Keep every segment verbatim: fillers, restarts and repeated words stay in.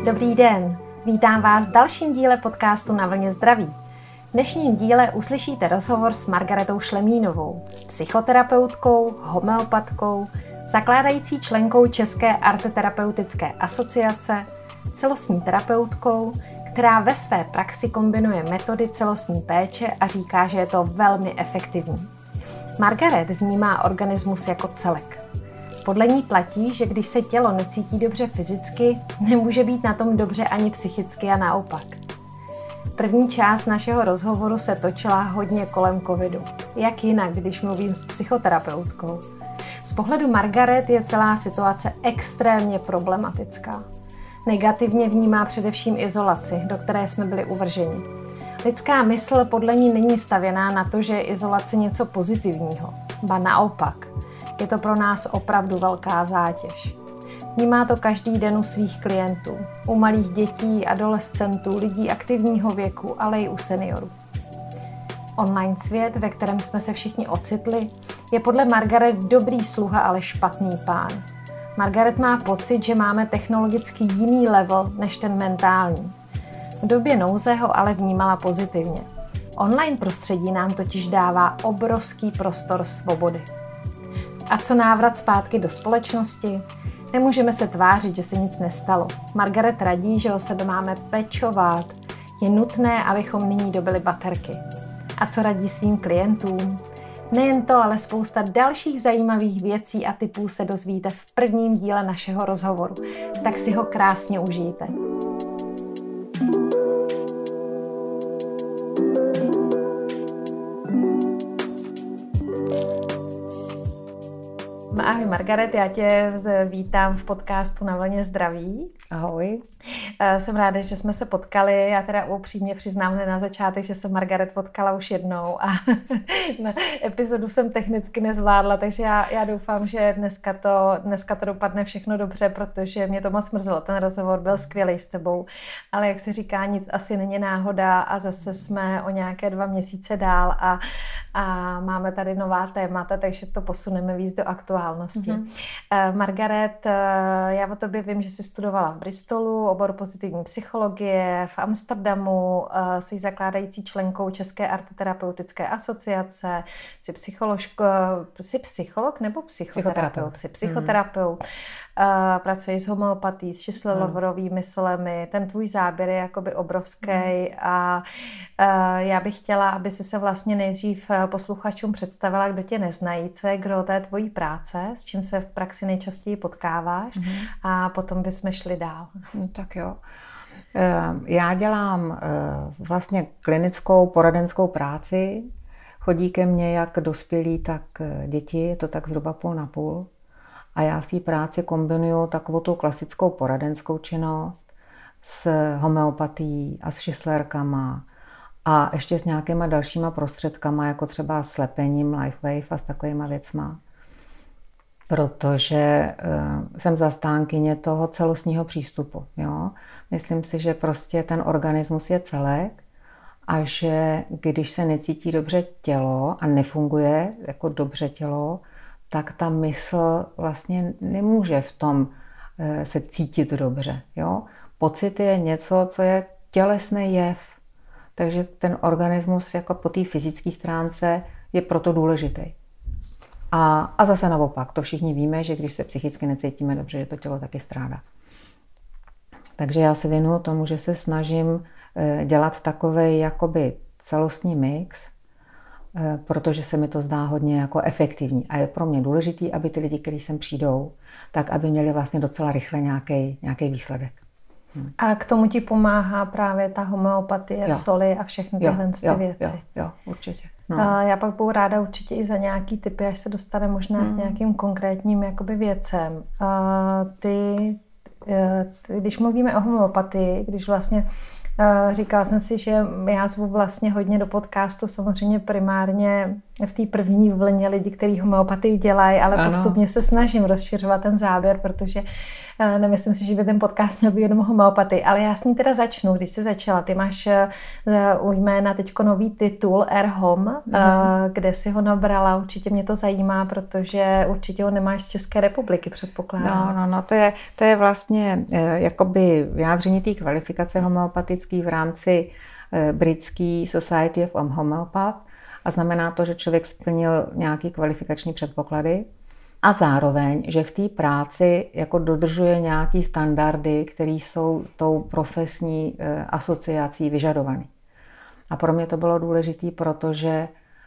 Dobrý den, vítám vás v dalším díle podcastu Na vlně zdraví. V dnešním díle uslyšíte rozhovor s Margaretou Šlemínovou, psychoterapeutkou, homeopatkou, zakládající členkou České arteterapeutické asociace, celostní terapeutkou, která ve své praxi kombinuje metody celostní péče a říká, že je to velmi efektivní. Margaret vnímá organismus jako celek. Podle ní platí, že když se tělo necítí dobře fyzicky, nemůže být na tom dobře ani psychicky a naopak. První část našeho rozhovoru se točila hodně kolem covidu. Jak jinak, když mluvím s psychoterapeutkou. Z pohledu Margaret je celá situace extrémně problematická. Negativně vnímá především izolaci, do které jsme byli uvrženi. Lidská mysl podle ní není stavěná na to, že je izolace něco pozitivního, ba naopak. Je to pro nás opravdu velká zátěž. Vnímá to každý den u svých klientů, u malých dětí, adolescentů, lidí aktivního věku, ale i u seniorů. Online svět, ve kterém jsme se všichni ocitli, je podle Margaret dobrý sluha, ale špatný pán. Margaret má pocit, že máme technologicky jiný level než ten mentální. V době nouze ho ale vnímala pozitivně. Online prostředí nám totiž dává obrovský prostor svobody. A co návrat zpátky do společnosti? Nemůžeme se tvářit, že se nic nestalo. Margaret radí, že o sebe máme pečovat. Je nutné, abychom nyní dobili baterky. A co radí svým klientům? Nejen to, ale spousta dalších zajímavých věcí a tipů se dozvíte v prvním díle našeho rozhovoru. Tak si ho krásně užijte. Ahoj Margaret, já tě vítám v podcastu Na vlně zdraví. Ahoj. Jsem ráda, že jsme se potkali. Já teda upřímně přiznám na začátek, že jsem Margaret potkala už jednou a na epizodu jsem technicky nezvládla, takže já, já doufám, že dneska to, dneska to dopadne všechno dobře, protože mě to moc mrzelo. Ten rozhovor byl skvělý s tebou, ale jak se říká, nic asi není náhoda a zase jsme o nějaké dva měsíce dál a, a máme tady nová témata, takže to posuneme víc do aktuálnosti. Mm-hmm. Margaret, já o tobě vím, že jsi studovala v Bristolu, obor pozitivní psychologie, v Amsterdamu, jsi zakládající členkou České arteterapeutické asociace, jsi, jsi psycholog nebo psychoterapeut? Jsi psychoterapeut. Mm. Pracuješ s homeopatí, s Schiller-Loverovými slemy, ten tvůj záběr je jakoby obrovský mm. a já bych chtěla, aby si se vlastně nejdřív posluchačům představila, kdo tě neznají, co je gro té tvojí práce, s čím se v praxi nejčastěji potkáváš mm. a potom bychom šli dál. Tak jo. Já dělám vlastně klinickou poradenskou práci. Chodí ke mně jak dospělí, tak děti, je to tak zhruba půl na půl. A já v té práci kombinuju takovou tu klasickou poradenskou činnost s homeopatií a s šislerkama a ještě s nějakýma dalšíma prostředkama, jako třeba slepením, LifeWave a s takovýma věcma. Protože uh, jsem zastánkyně toho celostního přístupu. Jo? Myslím si, že prostě ten organismus je celek a že když se necítí dobře tělo a nefunguje jako dobře tělo, tak ta mysl vlastně nemůže v tom uh, se cítit dobře. Jo? Pocit je něco, co je tělesný jev. Takže ten organismus jako po té fyzické stránce je proto důležitý. A, a zase naopak, to všichni víme, že když se psychicky necítíme dobře, že to tělo taky strádá. Takže já se věnuju tomu, že se snažím dělat takovej jakoby celostní mix, protože se mi to zdá hodně jako efektivní. A je pro mě důležitý, aby ty lidi, kteří sem přijdou, tak aby měli vlastně docela rychle nějaký, nějaký výsledek. Hmm. A k tomu ti pomáhá právě ta homeopatie, jo. Soli a všechny tyhle jo, věci. Jo, jo, určitě. No. Já pak budu ráda určitě i za nějaký tipy, až se dostane možná hmm. k nějakým konkrétním jakoby věcem. Ty, ty, když mluvíme o homeopatii, když vlastně říkala jsem si, že já zvu vlastně hodně do podcastu samozřejmě primárně v té první vlně lidi, kteří homeopatii dělají, ale ano. Postupně se snažím rozšiřovat ten záběr, protože nemyslím si, že by ten podcast měl být jenom homeopatii, ale já s ní teda začnu, když jsi začala. Ty máš u jména teďko nový titul Air Home, mm-hmm. kde si ho nabrala, určitě mě to zajímá, protože určitě ho nemáš z České republiky, předpokládám. No, no, no, to je, to je vlastně jakoby vyjádření té kvalifikace homeopatické v rámci britský Society of Homeopath a znamená to, že člověk splnil nějaké kvalifikační předpoklady a zároveň, že v té práci jako dodržuje nějaké standardy, které jsou tou profesní asociací vyžadované. A pro mě to bylo důležité, protože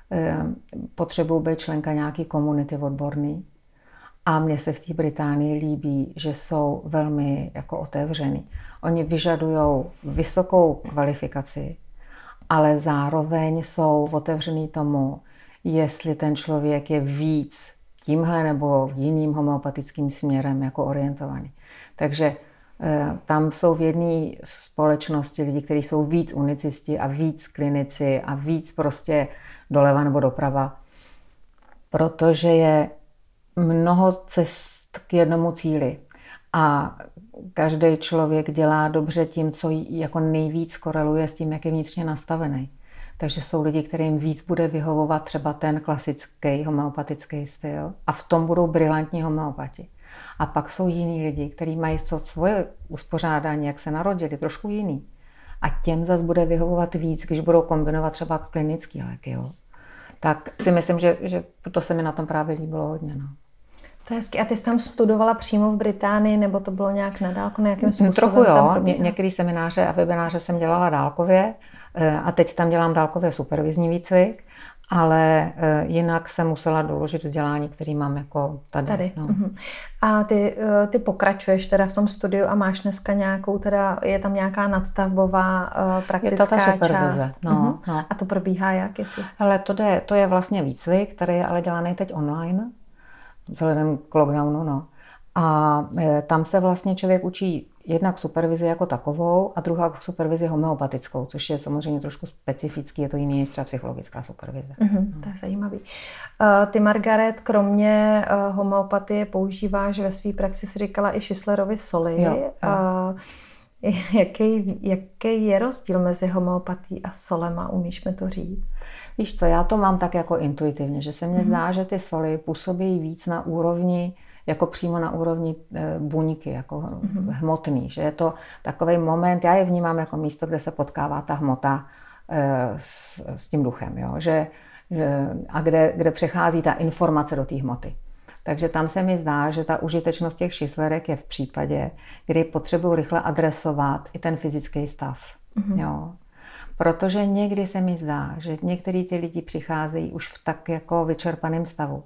potřebuji být členka nějaké komunity odborný. A mně se v té Británii líbí, že jsou velmi jako otevřený. Oni vyžadují vysokou kvalifikaci, ale zároveň jsou otevřený tomu, jestli ten člověk je víc tímhle nebo jiným homeopatickým směrem jako orientovaný. Takže e, tam jsou v jedné společnosti lidi, kteří jsou víc unicisti a víc klinici a víc prostě doleva nebo doprava, protože je mnoho cest k jednomu cíli a každý člověk dělá dobře tím, co jako nejvíc koreluje s tím, jak je vnitřně nastavený. Takže jsou lidi, kterým víc bude vyhovovat třeba ten klasický homeopatický styl a v tom budou brilantní homeopati. A pak jsou jiní lidi, kteří mají svoje uspořádání, jak se narodili, trošku jiný. A těm zas bude vyhovovat víc, když budou kombinovat třeba klinický léky. Jo. Tak si myslím, že, že to se mi na tom právě líbilo hodně. No. To je hezky. A ty jsi tam studovala přímo v Británii, nebo to bylo nějak na dálku, nějakým způsobem? Trochu jo. Ně, některé semináře a webináře jsem dělala dálkově a teď tam dělám dálkově supervizní výcvik, ale jinak jsem musela doložit vzdělání, který mám jako tady. tady. No. Uh-huh. A ty, ty pokračuješ teda v tom studiu a máš dneska nějakou, teda je tam nějaká nadstavbová praktická je to ta část. No, uh-huh. no. A to probíhá jak? Jestli? Hele, to, jde, to je vlastně výcvik, který je ale dělaný teď online, vzhledem k lockdownu, no. A e, tam se vlastně člověk učí jednak supervizi jako takovou a druhá supervizi homeopatickou, což je samozřejmě trošku specifický, je to jiný než třeba psychologická supervize. Mm-hmm, no. To je zajímavý. Uh, ty, Margaret, kromě uh, homeopatie používáš ve své praxi, si říkala, i Schisslerovy soli. Jo, jo. Uh, jaký, jaký je rozdíl mezi homeopatií a solema, umíš mi to říct? Víš co, já to mám tak jako intuitivně, že se mně mm-hmm. zdá, že ty soli působí víc na úrovni, jako přímo na úrovni e, buňky, jako mm-hmm. hmotný, že je to takový moment, já je vnímám jako místo, kde se potkává ta hmota e, s, s tím duchem, jo? Že, že, a kde, kde přechází ta informace do té hmoty. Takže tam se mi zdá, že ta užitečnost těch šislerek je v případě, kdy potřebuji rychle adresovat i ten fyzický stav. Mm-hmm. Jo? Protože někdy se mi zdá, že některý ty lidi přicházejí už v tak jako vyčerpaném stavu,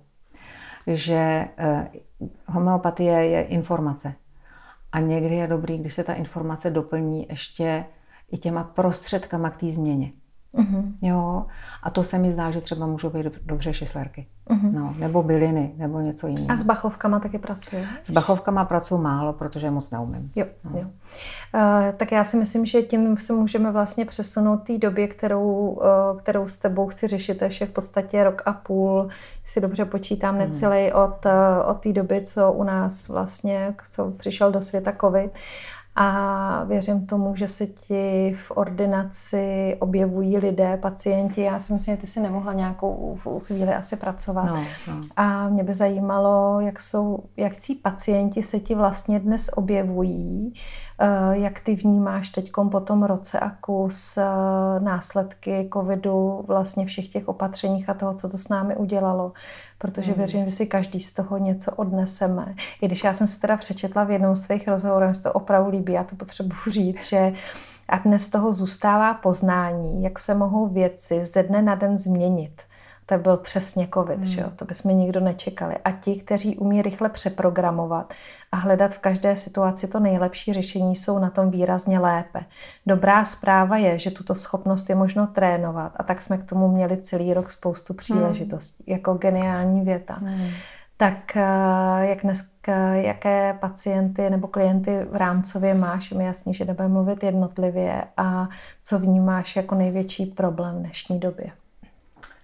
že eh, homeopatie je informace. A někdy je dobrý, když se ta informace doplní ještě i těma prostředkama k té změně. Mm-hmm. Jo? A to se mi zdá, že třeba můžou být dobře šislerky. Mm-hmm. No, nebo byliny, nebo něco jiného. A s bachovkama taky pracuje? S bachovkama pracuji málo, protože moc neumím. Jo, no. jo. Uh, tak já si myslím, že tím se můžeme vlastně přesunout té době, kterou, uh, kterou s tebou chci řešit, až je v podstatě rok a půl, si dobře počítám, mm. necelý od, uh, od té doby, co u nás vlastně co přišel do světa covid. A věřím tomu, že se ti v ordinaci objevují lidé, pacienti. Já si myslím, že ty si nemohla nějakou chvíli asi pracovat. No, no. A mě by zajímalo, jak jsou, jak cí pacienti se ti vlastně dnes objevují, jak ty vnímáš teďkom po tom roce a kus následky covidu, vlastně všech těch opatřeních a toho, co to s námi udělalo. Protože hmm. věřím, že si každý z toho něco odneseme. I když já jsem si teda přečetla v jednom z tvých rozhovorů, se to opravdu líbí, já to potřebuji říct, že a dnes z toho zůstává poznání, jak se mohou věci ze dne na den změnit. To byl přesně covid, hmm. že jo? To bychom nikdo nečekali. A ti, kteří umí rychle přeprogramovat a hledat v každé situaci to nejlepší řešení, jsou na tom výrazně lépe. Dobrá zpráva je, že tuto schopnost je možno trénovat a tak jsme k tomu měli celý rok spoustu příležitostí. Hmm. Jako geniální věta. Hmm. Tak jak dneska, jaké pacienty nebo klienty v rámcově máš, je mi jasný, že nebudeme mluvit jednotlivě, a co vnímáš jako největší problém v dnešní době?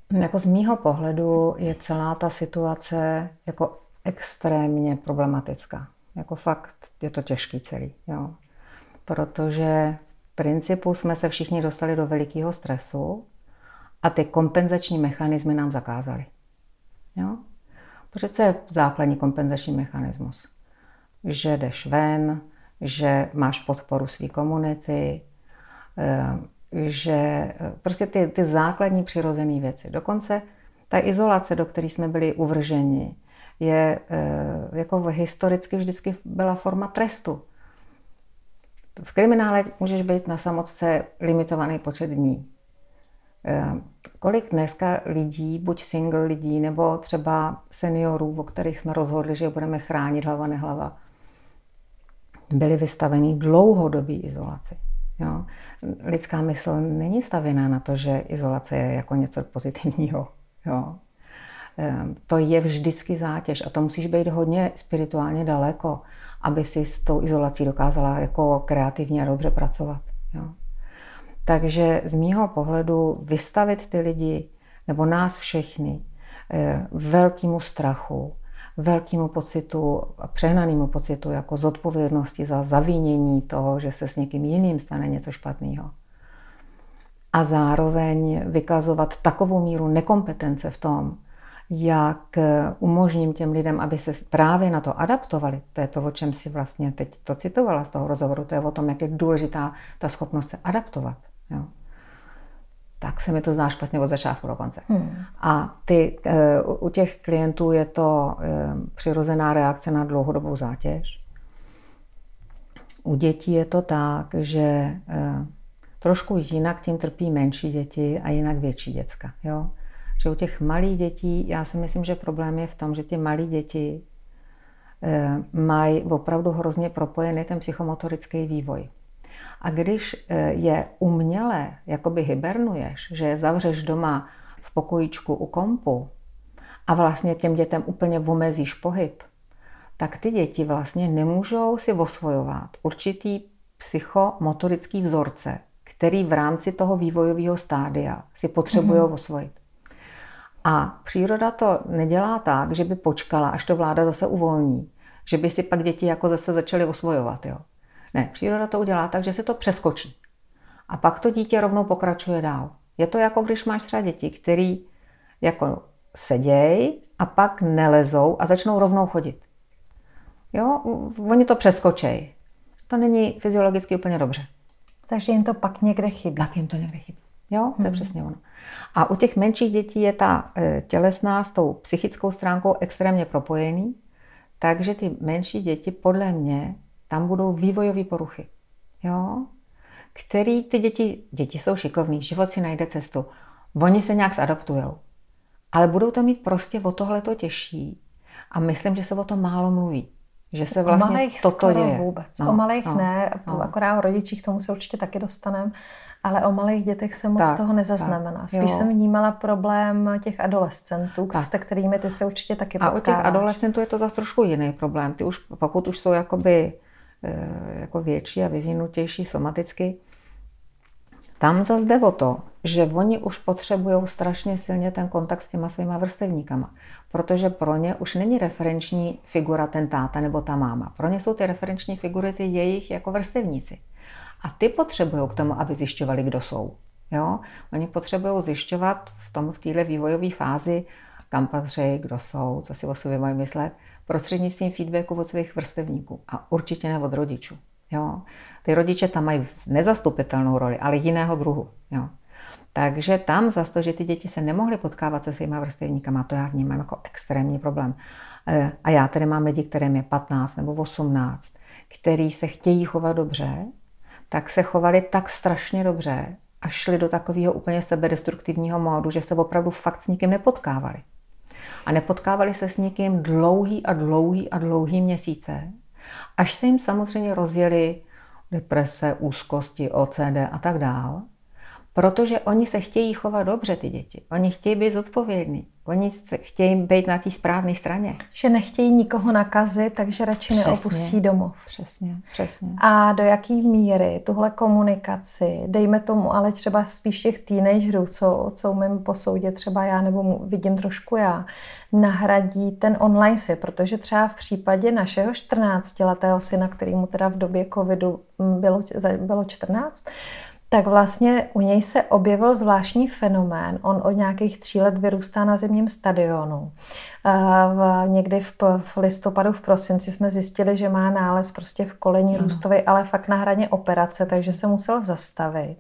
Jako z mýho pohledu je celá ta situace jako extrémně problematická. Jako fakt je to těžký celý. Jo. Protože v principu jsme se všichni dostali do velikého stresu a ty kompenzační mechanismy nám zakázaly. Jo. Protože co je základní kompenzační mechanismus? Že jdeš ven, že máš podporu své komunity, že prostě ty, ty základní přirozené věci. Dokonce ta izolace, do které jsme byli uvrženi, je jako historicky vždycky byla forma trestu. V kriminále můžeš být na samotce limitovaný počet dní. Kolik dneska lidí, buď single lidí, nebo třeba seniorů, o kterých jsme rozhodli, že je budeme chránit hlava nehlava, byli vystaveni dlouhodobý izolaci. Jo? Lidská mysl není stavěná na to, že izolace je jako něco pozitivního. Jo? To je vždycky zátěž a to musíš být hodně spirituálně daleko, aby si s tou izolací dokázala jako kreativně a dobře pracovat. Jo? Takže z mýho pohledu vystavit ty lidi, nebo nás všechny, velkému strachu, velkému pocitu a přehnanému pocitu jako zodpovědnosti za zavinění toho, že se s někým jiným stane něco špatného. A zároveň vykazovat takovou míru nekompetence v tom, jak umožním těm lidem, aby se právě na to adaptovali. To je to, o čem si vlastně teď to citovala z toho rozhovoru. To je o tom, jak je důležitá ta schopnost se adaptovat. Jo. Tak se mi to zdá špatně od začátku do konce. Hmm. A ty, u těch klientů je to přirozená reakce na dlouhodobou zátěž. U dětí je to tak, že trošku jinak tím trpí menší děti a jinak větší děcka. Jo? Že u těch malých dětí, já si myslím, že problém je v tom, že ty malí děti mají opravdu hrozně propojený ten psychomotorický vývoj. A když je uměle jakoby hibernuješ, že je zavřeš doma v pokojíčku u kompu a vlastně těm dětem úplně omezíš pohyb, tak ty děti vlastně nemůžou si osvojovat určitý psychomotorický vzorce, který v rámci toho vývojového stádia si potřebují mm-hmm. osvojit. A příroda to nedělá tak, že by počkala, až to vláda zase uvolní, že by si pak děti jako zase začaly osvojovat. Jo. Ne, příroda to udělá tak, že se to přeskočí. A pak to dítě rovnou pokračuje dál. Je to jako když máš třeba děti, který jako seděj a pak nelezou a začnou rovnou chodit. Jo, oni to přeskočí. To není fyziologicky úplně dobře. Takže jim to pak někde chybí. Tak jim to někde chybí. Jo, to je hmm. přesně ono. A u těch menších dětí je ta tělesná s tou psychickou stránkou extrémně propojený, takže ty menší děti podle mě tam budou vývojové poruchy, jo? Který ty děti, děti jsou šikovní, život si najde cestu, oni se nějak zadaptujou, ale budou to mít prostě o tohleto těžší a myslím, že se o tom málo mluví. Že se vlastně o malých toto děje. Vůbec. No, o malých no, ne, no. Akorát o rodičích, k tomu se určitě taky dostaneme, ale o malých dětech se moc tak, toho nezaznamená. Spíš jo. jsem vnímala problém těch adolescentů, tak. s kterými ty se určitě taky potkáváš. A u těch adolescentů je to zase trošku jiný problém. Ty už, pokud už jsou jakoby jako větší a vyvinutější somaticky, tam zase jde o to, že oni už potřebují strašně silně ten kontakt s těma svýma vrstevníkama, protože pro ně už není referenční figura ten táta nebo ta máma. Pro ně jsou ty referenční figury ty jejich jako vrstevníci. A ty potřebují k tomu, aby zjišťovali, kdo jsou. Jo? Oni potřebují zjišťovat v tom v téhle vývojové fázi, kam patří, kdo jsou, co si o sobě mají myslet, prostřednictvím feedbacku od svých vrstevníků a určitě ne od rodičů. Jo? Ty rodiče tam mají nezastupitelnou roli, ale jiného druhu. Jo? Takže tam zase to, že ty děti se nemohly potkávat se svýma vrstevníkama, to já vnímám jako extrémní problém. A já tedy mám lidi, kterým je patnáct nebo osmnáct, který se chtějí chovat dobře, tak se chovali tak strašně dobře a šli do takového úplně sebedestruktivního módu, že se opravdu fakt s nikým nepotkávali. A nepotkávali se s nikým dlouhý a dlouhý a dlouhý měsíce, až se jim samozřejmě rozjeli deprese, úzkosti, O C D a tak dál. Protože oni se chtějí chovat dobře, ty děti. Oni chtějí být zodpovědní. Oni se chtějí být na té správné straně. Že nechtějí nikoho nakazit, takže radši přesně, neopustí domov. Přesně, přesně. A do jaký míry tuhle komunikaci, dejme tomu ale třeba spíš těch teenagerů, co, co umím posoudit třeba já, nebo vidím trošku já, nahradí ten online svět, protože třeba v případě našeho čtrnáctiletého syna, kterýmu teda v době covidu bylo, bylo čtrnáct, tak vlastně u něj se objevil zvláštní fenomén. On od nějakých tří let vyrůstá na zimním stadionu. V, někdy v, v listopadu, v prosinci jsme zjistili, že má nález prostě v koleni růstový, ale fakt na hraně operace, takže se musel zastavit.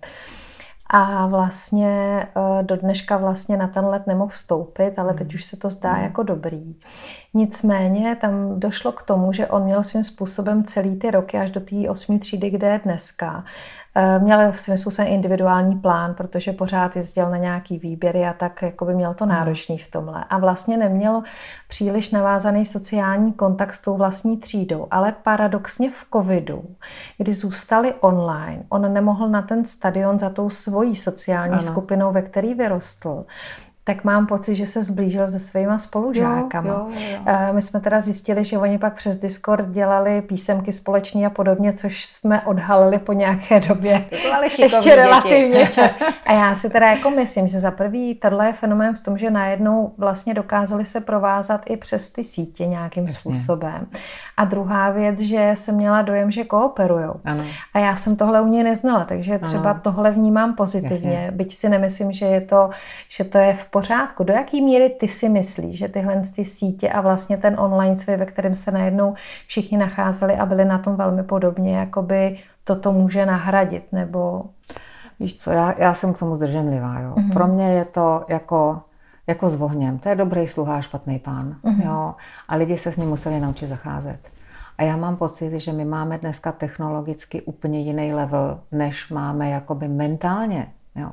A vlastně do dneška vlastně na ten let nemohl vstoupit, ale teď už se to zdá jako dobrý. Nicméně tam došlo k tomu, že on měl svým způsobem celý ty roky až do té osmé třídy, kde je dneska, měl svým způsobem individuální plán, protože pořád jezdil na nějaký výběry a tak jako by měl to náročný v tomhle. A vlastně neměl příliš navázaný sociální kontakt s tou vlastní třídou, ale paradoxně v covidu, kdy zůstali online, on nemohl na ten stadion za tou svojí sociální ano. skupinou, ve který vyrostl, tak mám pocit, že se zblížil se svýma spolužákama. Jo, jo, jo. My jsme teda zjistili, že oni pak přes Discord dělali písemky společně a podobně, což jsme odhalili po nějaké době. Ještě relativně čas. A já si teda jako myslím, že za prvý tohle je fenomén v tom, že najednou vlastně dokázali se provázat i přes ty sítě nějakým Jasně. způsobem. A druhá věc, že jsem měla dojem, že kooperujou. Ano. A já jsem tohle u něj neznala, takže třeba ano. tohle vnímám pozitivně. Jasně. Byť si nemyslím, že je to, že to je v pořádku. Do jaký míry ty si myslíš, že tyhle ty sítě a vlastně ten online svět, ve kterém se najednou všichni nacházeli a byli na tom velmi podobně, jakoby toto může nahradit, nebo... Víš co, já, já jsem k tomu zdrženlivá. Jo. Mm-hmm. Pro mě je to jako, jako s ohněm. To je dobrý sluha a špatný pán. Mm-hmm. Jo. A lidi se s ním museli naučit zacházet. A já mám pocit, že my máme dneska technologicky úplně jiný level, než máme jakoby mentálně. Jo.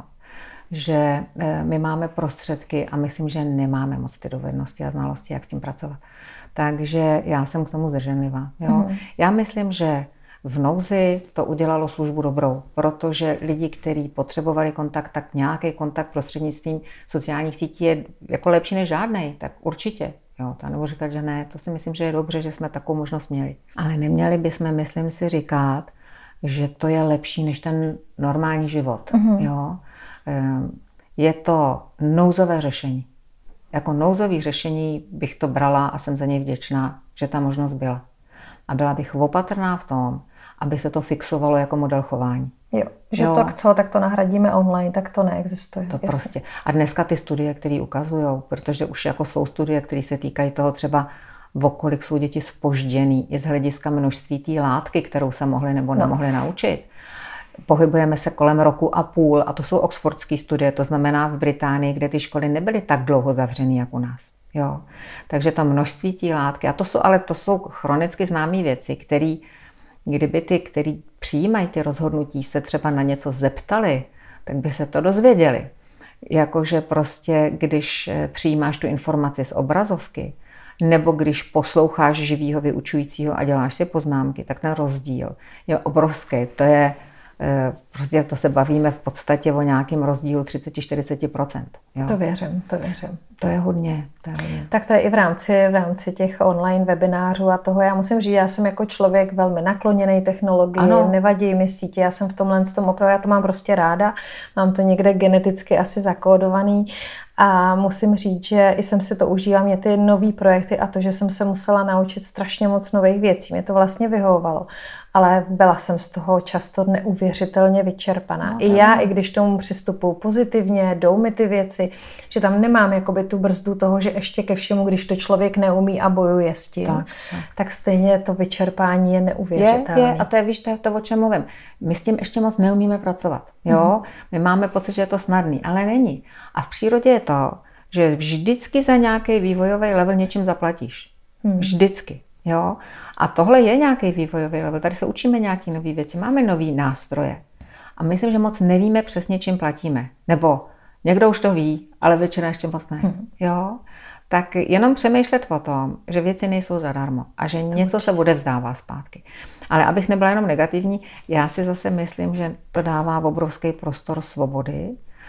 Že my máme prostředky a myslím, že nemáme moc ty dovednosti a znalosti, jak s tím pracovat. Takže já jsem k tomu zdrženlivá. Jo? Mm. Já myslím, že v nouzi to udělalo službu dobrou, protože lidi, kteří potřebovali kontakt, tak nějaký kontakt prostřednictvím sociálních sítí je jako lepší než žádnej, tak určitě. Jo, to nebudu říkat, že ne, to si myslím, že je dobře, že jsme takovou možnost měli. Ale neměli bychom, myslím si, říkat, že to je lepší než ten normální život. Mm. Jo? Je to nouzové řešení. Jako nouzové řešení bych to brala a jsem za něj vděčná, že ta možnost byla. A byla bych opatrná v tom, aby se to fixovalo jako model chování. Jo, že jo. to co, tak to nahradíme online, tak to neexistuje. To prostě. A dneska ty studie, které ukazují, protože už jako jsou studie, které se týkají toho třeba, o kolik jsou děti zpožděný i z hlediska množství té látky, kterou se mohly nebo nemohly no. naučit. Pohybujeme se kolem roku a půl a to jsou oxfordské studie, to znamená v Británii, kde ty školy nebyly tak dlouho zavřený jako u nás. Jo. Takže to množství té látky, a to jsou, ale to jsou chronicky známé věci, které, kdyby ty, kteří přijímají ty rozhodnutí, se třeba na něco zeptali, tak by se to dozvěděli. Jakože prostě, když přijímáš tu informaci z obrazovky, nebo když posloucháš živýho vyučujícího a děláš si poznámky, tak ten rozdíl je obrovský. To je prostě to se bavíme v podstatě o nějakém rozdílu třicet až čtyřicet procent. Jo. To věřím, to věřím. To je hodně, to je hodně. Tak to je i v rámci, v rámci těch online webinářů a toho. Já musím říct, já jsem jako člověk velmi nakloněný technologii, ano. nevadí mi sítě, já jsem v tomhle tom opravdu, já to mám prostě ráda, mám to někde geneticky asi zakódovaný a musím říct, že i jsem si to užívám, mě ty nový projekty a to, že jsem se musela naučit strašně moc nových věcí, mě to vlastně vyhovovalo. Ale byla jsem z toho často neuvěřitelně vyčerpaná. No, I já, i když tomu přistupuji pozitivně, jdou mi ty věci, že tam nemám jakoby tu brzdu toho, že ještě ke všemu, když to člověk neumí a bojuje s tím, tak, tak. tak stejně to vyčerpání je neuvěřitelné. Je, je, a to je, víš, to je to, o čem mluvím. My s tím ještě moc neumíme pracovat. Jo? Mm. My máme pocit, že je to snadný, ale není. A v přírodě je to, že vždycky za nějaký vývojový level něčím zaplatíš. Mm. Vždycky. Jo? A tohle je nějaký vývojový level. Tady se učíme nějaké nové věci, máme nové nástroje. A myslím, že moc nevíme přesně, čím platíme. Nebo někdo už to ví, ale většina ještě moc ne. Hmm. Jo? tak jenom přemýšlet o tom, že věci nejsou zadarmo a že to něco určitě se bude vzdávat zpátky. Ale abych nebyla jenom negativní, já si zase myslím, že to dává obrovský prostor svobody,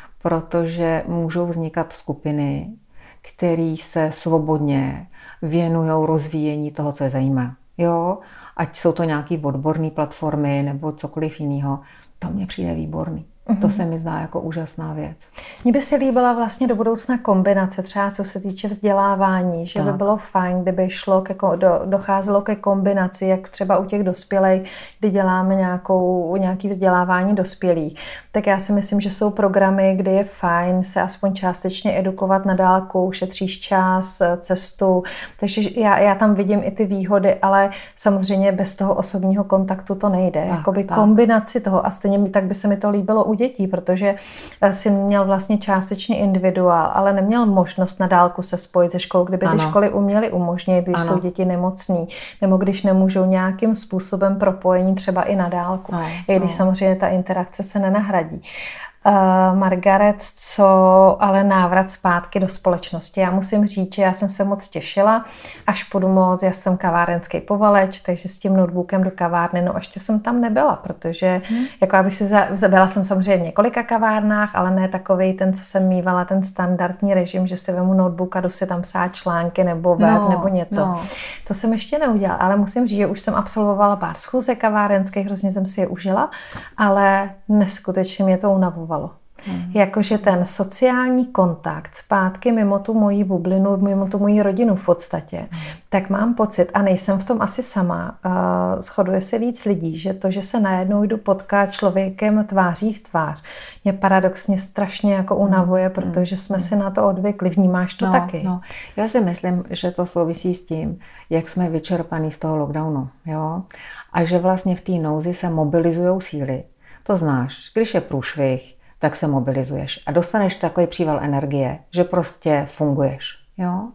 protože můžou vznikat skupiny, které se svobodně věnují rozvíjení toho, co je zajímá. Jo? Ať jsou to nějaké odborné platformy nebo cokoliv jiného, to mně přijde výborný. Mm-hmm. To se mi zdá jako úžasná věc. Mně by se líbila vlastně do budoucna kombinace, třeba co se týče vzdělávání, že tak by bylo fajn, kdyby šlo ke, do, docházelo ke kombinaci, jak třeba u těch dospělých, kdy děláme nějakou, nějaký vzdělávání dospělých. Tak já si myslím, že jsou programy, kde je fajn se aspoň částečně edukovat na dálku, šetříš čas, cestu, takže já, já tam vidím i ty výhody, ale samozřejmě bez toho osobního kontaktu to nejde. Tak, Jakoby tak. kombinaci toho a stejně tak by se mi to líbilo u dětí, protože si měl vlastně částečně individuál, ale neměl možnost na dálku se spojit se školou, kdyby ano. ty školy uměly umožnit, když ano. jsou děti nemocní, nebo když nemůžou nějakým způsobem propojení třeba i na dálku. No, I když no. samozřejmě ta interakce se nenahradí. Uh, Margaret, co ale návrat zpátky do společnosti. Já musím říct, že já jsem se moc těšila, až půjdu moc, já jsem kavárenský povaleč, takže s tím notebookem do kavárny, no ještě jsem tam nebyla, protože hmm. jako abych si za, byla jsem samozřejmě v několika kavárnách, ale ne takovej ten, co jsem mívala, ten standardní režim, že si vemu notebook a jdu si tam psát články nebo web no, nebo něco. No. To jsem ještě neudělala, ale musím říct, že už jsem absolvovala pár schůzek kavárenských, hrozně jsem si je užila, ale neskutečně mě to unavovalo. Hmm. Jakože ten sociální kontakt zpátky mimo tu moji bublinu, mimo tu moji rodinu v podstatě, hmm. tak mám pocit, a nejsem v tom asi sama, uh, shoduje se víc lidí, že to, že se najednou jdu potkat člověkem tváří v tvář, mě paradoxně strašně jako unavuje, hmm. protože jsme hmm. si na to odvykli. Vnímáš to no, taky? No. Já si myslím, že to souvisí s tím, jak jsme vyčerpaní z toho lockdownu. Jo? A že vlastně v té nouzi se mobilizují síly. To znáš, když je průšvih, tak se mobilizuješ a dostaneš takový příval energie, že prostě funguješ. Jo?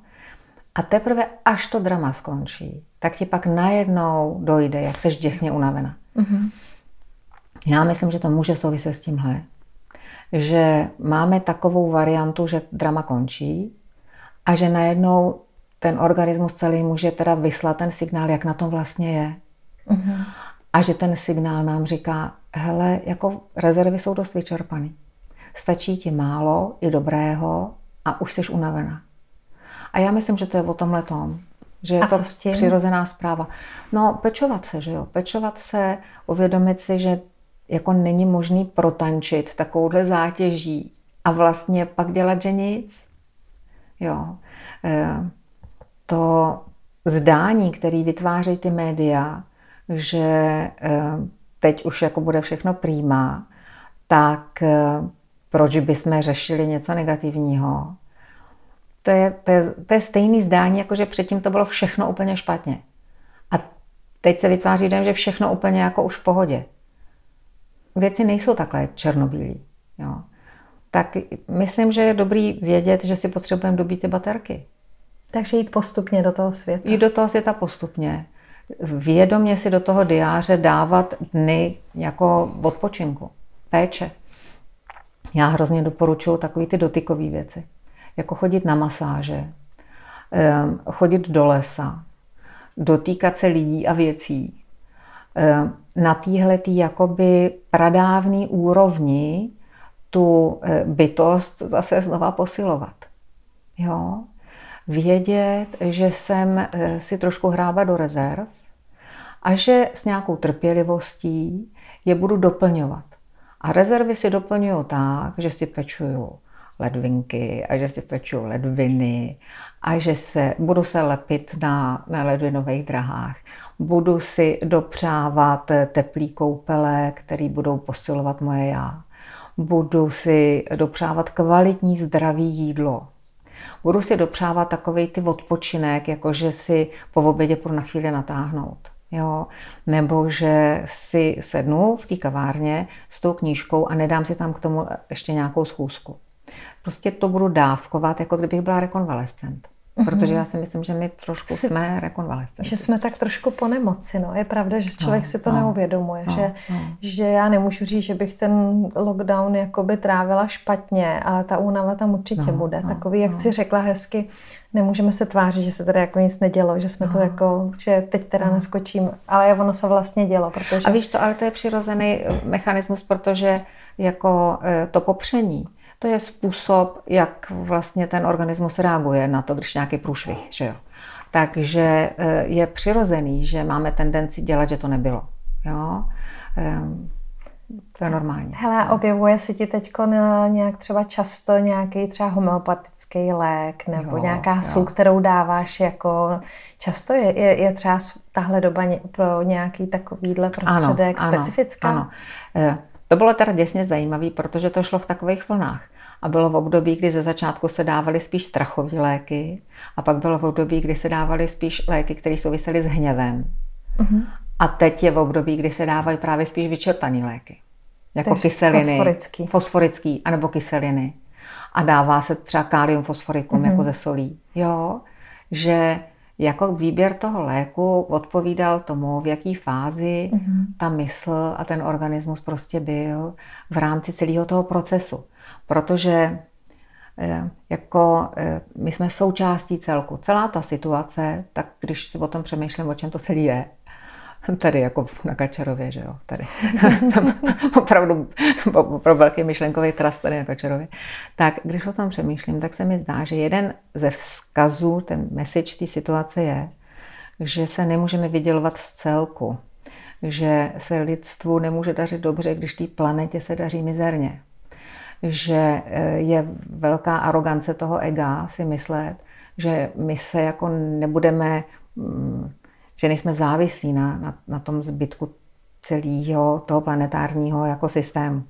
A teprve až to drama skončí, tak ti pak najednou dojde, jak seš děsně unavena. Mm-hmm. Já myslím, že to může souviset s tímhle. Že máme takovou variantu, že drama končí a že najednou ten organismus celý může teda vyslat ten signál, jak na tom vlastně je. Mm-hmm. A že ten signál nám říká, hele, jako rezervy jsou dost vyčerpaný. Stačí ti málo i dobrého a už jsi unavená. A já myslím, že to je o tomhletom. Že je a to přirozená zpráva. No, pečovat se, že jo. Pečovat se, uvědomit si, že jako není možný protančit takovouhle zátěží a vlastně pak dělat, že nic. Jo. To zdání, který vytvářejí ty média, že teď už jako bude všechno prýmá, tak proč bychom řešili něco negativního? To je, to je, to je stejný zdání, jako že předtím to bylo všechno úplně špatně. A teď se vytváří dojem, že všechno úplně jako už v pohodě. Věci nejsou takhle černobílý. Jo. Tak myslím, že je dobrý vědět, že si potřebujeme dobít ty baterky. Takže jít postupně do toho světa. Jít do toho světa postupně. Vědomě si do toho diáře dávat dny jako odpočinku, péče. Já hrozně doporučuji takové ty dotykové věci. Jako chodit na masáže, chodit do lesa, dotýkat se lidí a věcí. Na téhletý jakoby pradávný úrovni tu bytost zase znova posilovat. Jo? Vědět, že jsem si trošku hrába do rezerv a že s nějakou trpělivostí je budu doplňovat. A rezervy si doplňuju tak, že si pečuju ledvinky a že si pečuju ledviny a že se, budu se lepit na, na ledvinových drahách. Budu si dopřávat teplý koupele, které budou posilovat moje já. Budu si dopřávat kvalitní zdravý jídlo. Budu si dopřávat takovej ty odpočinek, jako že si po obědě půjdu na chvíli natáhnout. Jo? Nebo že si sednu v té kavárně s tou knížkou a nedám si tam k tomu ještě nějakou schůzku. Prostě to budu dávkovat, jako kdybych byla rekonvalescent. Protože já si myslím, že my trošku si, jsme rekonvalescenti. Že jsme tak trošku po nemoci. No. Je pravda, že člověk no, si to no, neuvědomuje. No, že, no. že já nemůžu říct, že bych ten lockdown jakoby trávila špatně, ale ta únava tam určitě no, bude. No, Takový, jak no. jsi řekla hezky, nemůžeme se tvářit, že se tady jako nic nedělo, že jsme no. to jako, že teď teda no. neskočím. Ale ono se vlastně dělo. Protože... A víš co, ale to je přirozený mechanismus, protože jako to popření, to je způsob, jak vlastně ten organismus reaguje na to, když nějaký průšvih, že jo. Takže je přirozený, že máme tendenci dělat, že to nebylo, jo. To je normální. Hele, objevuje se ti teďko nějak třeba často nějaký třeba homeopatický lék nebo jo, nějaká sůl, kterou dáváš jako často? Je, je, je třeba tahle doba pro nějaký takovýhle prostředek ano, specifická? Ano, ano. To bylo teda děsně zajímavé, protože to šlo v takových vlnách. A bylo v období, kdy ze začátku se dávaly spíš strachové léky a pak bylo v období, kdy se dávaly spíš léky, které souvisely s hněvem. Uh-huh. A teď je v období, kdy se dávají právě spíš vyčerpané léky. Jako Takže kyseliny. Fosforický. Fosforický, anebo kyseliny. A dává se třeba kalium fosforikum uh-huh. jako ze solí. Jo, že jako výběr toho léku odpovídal tomu, v jaký fázi uh-huh. ta mysl a ten organismus prostě byl v rámci celého toho procesu. Protože jako my jsme součástí celku. Celá ta situace, tak když si o tom přemýšlím, o čem to celý je, tady jako na Kačerově, že jo, tady opravdu pro velký myšlenkový trast tady na Kačerově, tak když o tom přemýšlím, tak se mi zdá, že jeden ze vzkazů, ten message té situace je, že se nemůžeme vydělovat z celku, že se lidstvu nemůže dařit dobře, když té planetě se daří mizerně. Že je velká arogance toho ega si myslet, že my se jako nebudeme, že nejsme závislí na, na, na tom zbytku celého toho planetárního jako systému.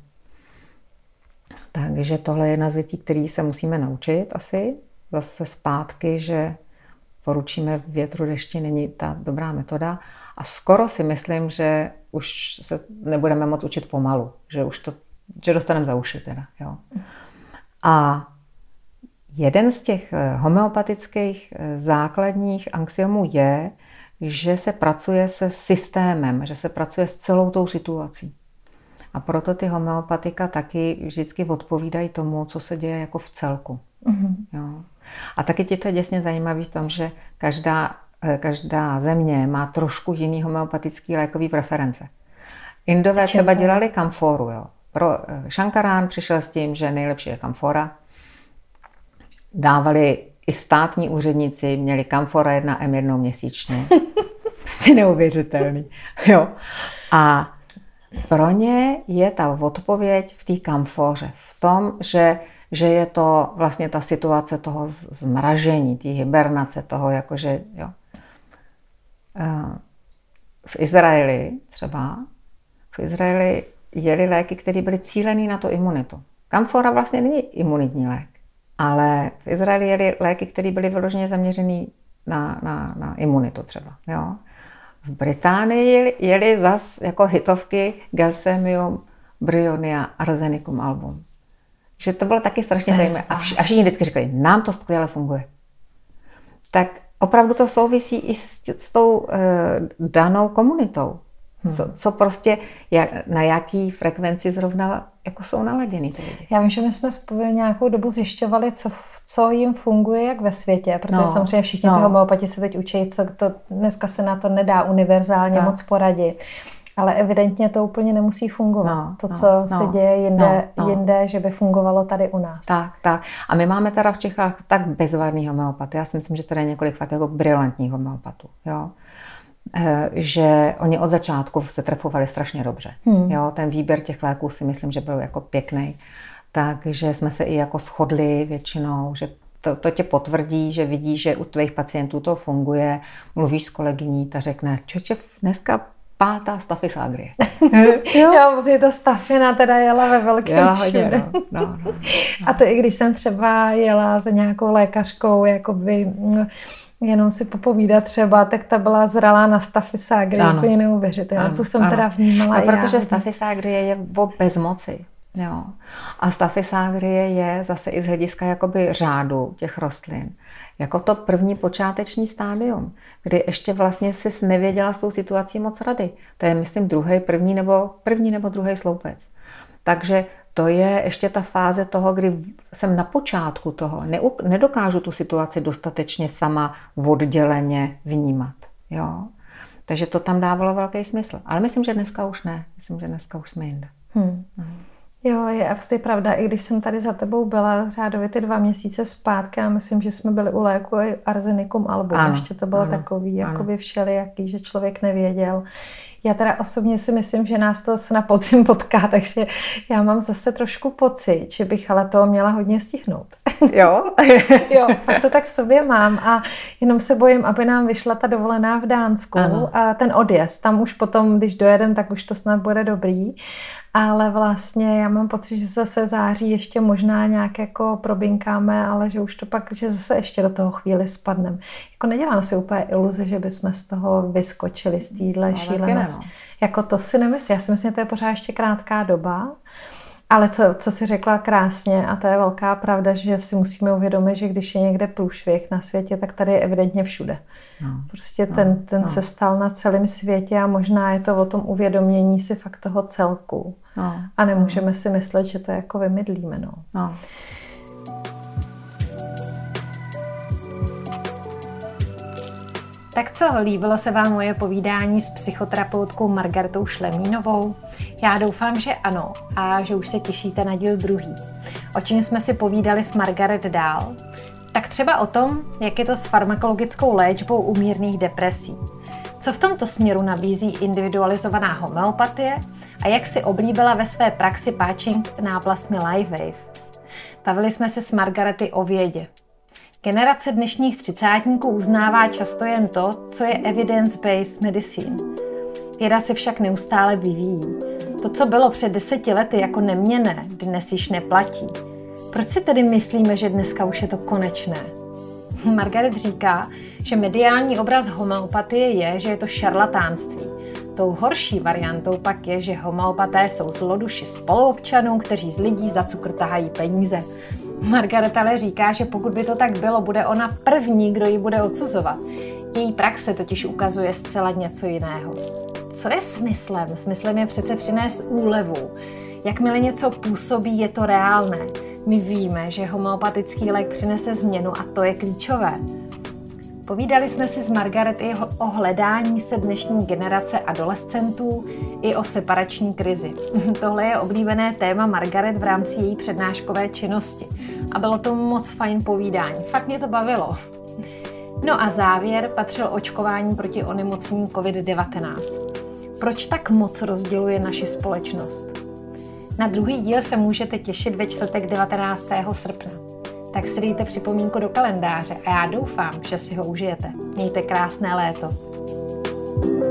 Takže tohle je jedna z věcí, které se musíme naučit asi. Zase zpátky, že poručíme větru, dešti není ta dobrá metoda. A skoro si myslím, že už se nebudeme moc učit pomalu, že už to že dostaneme za uši teda, jo. A jeden z těch homeopatických základních axiomů je, že se pracuje se systémem, že se pracuje s celou tou situací. A proto ty homeopatika taky vždycky odpovídají tomu, co se děje jako v celku. Mm-hmm. Jo. A taky ti to je děsně zajímavé v tom, že každá, každá země má trošku jiný homeopatický lékový preference. Indové třeba dělali kamforu, jo. Pro Šankarán přišel s tím, že nejlepší je kamfora. Dávali i státní úředníci, měli kamfora jedna em jednou měsíčně. Prostě neuvěřitelný. Jo. A pro ně je ta odpověď v té kamfoře. V tom, že, že je to vlastně ta situace toho zmražení, té hibernace, toho jakože, jo. V Izraeli třeba, v Izraeli jeli léky, které byly cílené na tu imunitu. Kamfora vlastně není imunitní lék, ale v Izraeli jeli léky, které byly vyloženě zaměřené na, na, na imunitu třeba. Jo. V Británii jeli, jeli zas jako hitovky Gelsemium, Bryonia, Arsenicum album. Že to bylo taky strašně zajímavé. A, vš- a všichni vždycky říkali, nám to skvěle funguje. Tak opravdu to souvisí i s, s tou uh, danou komunitou. Hmm. Co, co prostě, jak, na jaký frekvenci zrovna jako jsou naladěný ty lidi. Já vím, že my jsme spolu nějakou dobu zjišťovali, co, co jim funguje jak ve světě, protože no, samozřejmě všichni no. ty homeopati se teď učí, co to, dneska se na to nedá univerzálně tak. moc poradit. Ale evidentně to úplně nemusí fungovat. No, to, co no, se no, děje jinde, no, no. jinde, že by fungovalo tady u nás. Tak, tak. A my máme teda v Čechách tak bezvadný homeopaty. Já si myslím, že tady je několik fakt jako brilantních homeopatů. Jo? Že oni od začátku se trefovali strašně dobře. Hmm. Jo, ten výběr těch léků si myslím, že byl jako pěkný. Takže jsme se i jako shodli většinou, že to, to tě potvrdí, že vidí, že u tvých pacientů to funguje. Mluvíš s kolegyní, ta řekne, čoče, dneska pátá Staphylococcus aureus. jo, jo musí ta stafina teda jela ve velkém všude. No, no, no, no. A to i když jsem třeba jela za nějakou lékařkou, jakoby jenom si popovídat třeba, tak ta byla zralá na Staphylococcus aureus, úplně neuvěřitelné. Tu jsem ano. teda vnímala no, protože Staphylococcus aureus je o bezmoci. Jo. A Staphylococcus aureus je zase i z hlediska jakoby řádu těch rostlin. jako to první počáteční stádium, kdy ještě vlastně jsi nevěděla s tou situací moc rady. To je, myslím, druhý, první nebo, první nebo druhý sloupec. Takže to je ještě ta fáze toho, kdy jsem na počátku toho, nedokážu tu situaci dostatečně sama odděleně vnímat. Jo? Takže to tam dávalo velký smysl. Ale myslím, že dneska už ne. Myslím, že dneska už jsme jinde. Hmm. Hmm. Jo, je asi pravda. I když jsem tady za tebou byla řádově ty dva měsíce zpátky a myslím, že jsme byli u léku Arzenicum album. Ano, ještě to bylo ano, takový jakoby všelijaký, že člověk nevěděl. Já teda osobně si myslím, že nás to se na podzim potká, takže já mám zase trošku pocit, že bych ale toho měla hodně stihnout. Jo? Jo, fakt to tak v sobě mám a jenom se bojím, aby nám vyšla ta dovolená v Dánsku ano. A ten odjezd. Tam už potom, když dojedem, tak už to snad bude dobrý. Ale vlastně já mám pocit, že zase září ještě možná nějak jako probinkáme, ale že už to pak, že zase ještě do toho chvíli spadneme. Jako nedělám si úplně iluze, že bychom z toho vyskočili z téhle šílenosti. Jako to si nemyslím. Já si myslím, že to je pořád ještě krátká doba. Ale co, co jsi řekla krásně, a to je velká pravda, že si musíme uvědomit, že když je někde průšvih na světě, tak tady je evidentně všude. No, prostě no, ten, ten no. se stal na celém světě a možná je to o tom uvědomění si fakt toho celku. No, a nemůžeme no. si myslet, že to jako vymydlíme. No. No. Tak co, líbilo se vám moje povídání s psychoterapeutkou Margaretou Šlemínovou? Já doufám, že ano a že už se těšíte na díl druhý. O čem jsme si povídali s Margaret dál? Tak třeba o tom, jak je to s farmakologickou léčbou u mírných depresí. Co v tomto směru nabízí individualizovaná homeopatie a jak si oblíbila ve své praxi patching náplastmi LifeWave. Bavili jsme se s Margarety o vědě. Generace dnešních třicátníků uznává často jen to, co je evidence-based medicine. Věda se však neustále vyvíjí. To, co bylo před deseti lety jako neměnné, dnes již neplatí. Proč si tedy myslíme, že dneska už je to konečné? Margaret říká, že mediální obraz homeopatie je, že je to šarlatánství. Tou horší variantou pak je, že homeopaté jsou zloduši spoluobčanů, kteří z lidí za cukr tahají peníze. Margaret ale říká, že pokud by to tak bylo, bude ona první, kdo ji bude odsuzovat. Její praxe totiž ukazuje zcela něco jiného. Co je smyslem? Smyslem je přece přinést úlevu. Jakmile něco působí, je to reálné. My víme, že homeopatický lék přinese změnu a to je klíčové. Povídali jsme si s Margaret i o hledání se dnešní generace adolescentů i o separační krizi. Tohle je oblíbené téma Margaret v rámci její přednáškové činnosti. A bylo to moc fajn povídání. Fakt mě to bavilo. No a závěr patřil očkování proti onemocnění covid devatenáct. Proč tak moc rozděluje naši společnost? Na druhý díl se můžete těšit ve čtvrtek devatenáctého srpna. Tak si dejte připomínku do kalendáře a já doufám, že si ho užijete. Mějte krásné léto.